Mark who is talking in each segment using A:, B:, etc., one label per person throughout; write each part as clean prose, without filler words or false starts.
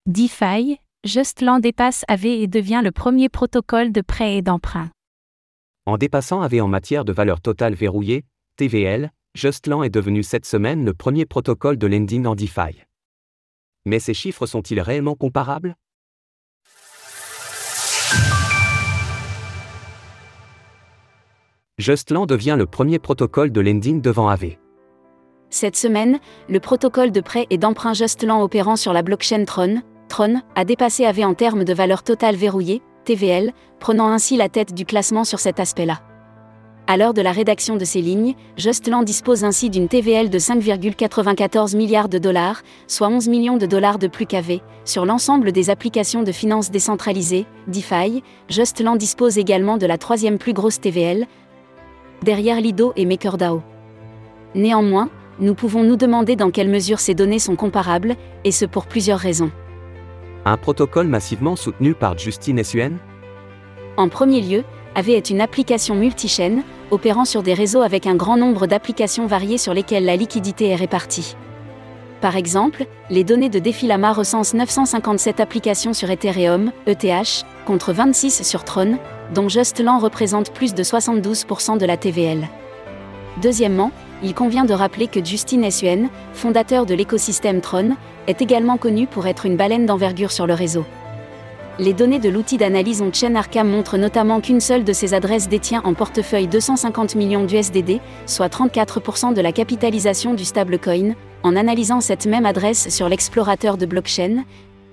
A: DeFi, JustLand dépasse AV et devient le premier protocole de prêt et d'emprunt.
B: En dépassant AV en matière de valeur totale verrouillée, TVL, JustLand est devenu cette semaine le premier protocole de lending en DeFi. Mais ces chiffres sont-ils réellement comparables ? JustLand devient le premier protocole de lending devant AV.
C: Cette semaine, le protocole de prêt et d'emprunt JustLand opérant sur la blockchain Tron a dépassé AV en termes de valeur totale verrouillée, TVL, prenant ainsi la tête du classement sur cet aspect-là. À l'heure de la rédaction de ces lignes, JustLand dispose ainsi d'une TVL de 5,94 milliards de dollars, soit 11 millions de dollars de plus qu'AV. Sur l'ensemble des applications de finances décentralisées, DeFi, JustLand dispose également de la troisième plus grosse TVL, derrière Lido et MakerDAO. Néanmoins, nous pouvons nous demander dans quelle mesure ces données sont comparables, et ce pour plusieurs raisons.
B: Un protocole massivement soutenu par Justin Sun ?
C: En premier lieu, AV est une application multichaîne, opérant sur des réseaux avec un grand nombre d'applications variées sur lesquelles la liquidité est répartie. Par exemple, les données de DeFi-Llama recensent 957 applications sur Ethereum, ETH, contre 26 sur Tron, dont JustLand représente plus de 72% de la TVL. Deuxièmement, il convient de rappeler que Justin Sun, fondateur de l'écosystème Tron, est également connu pour être une baleine d'envergure sur le réseau. Les données de l'outil d'analyse on-chain Arkham montrent notamment qu'une seule de ces adresses détient en portefeuille 250 millions d'USDD, soit 34% de la capitalisation du stablecoin. En analysant cette même adresse sur l'explorateur de blockchain,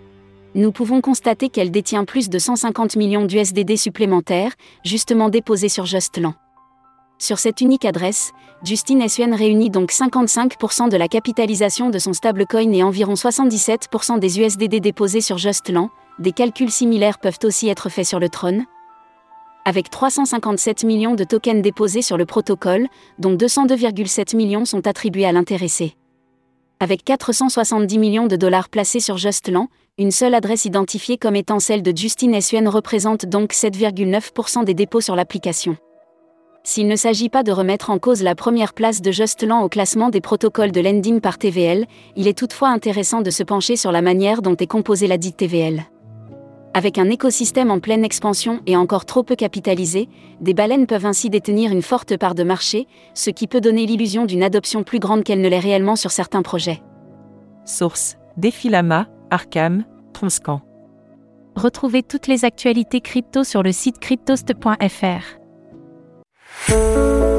C: nous pouvons constater qu'elle détient plus de 150 millions d'USDD supplémentaires, justement déposés sur JustLand. Sur cette unique adresse, Justin Sun réunit donc 55% de la capitalisation de son stablecoin et environ 77% des USDD déposés sur JustLand. Des calculs similaires peuvent aussi être faits sur le Tron. Avec 357 millions de tokens déposés sur le protocole, dont 202,7 millions sont attribués à l'intéressé. Avec 470 millions de dollars placés sur JustLand, une seule adresse identifiée comme étant celle de Justin Sun représente donc 7,9% des dépôts sur l'application. S'il ne s'agit pas de remettre en cause la première place de JustLand au classement des protocoles de lending par TVL, il est toutefois intéressant de se pencher sur la manière dont est composée la dite TVL. Avec un écosystème en pleine expansion et encore trop peu capitalisé, des baleines peuvent ainsi détenir une forte part de marché, ce qui peut donner l'illusion d'une adoption plus grande qu'elle ne l'est réellement sur certains projets.
D: Source: DeFi-Llama, Arkham, Tronscan.
A: Retrouvez toutes les actualités crypto sur le site cryptost.fr.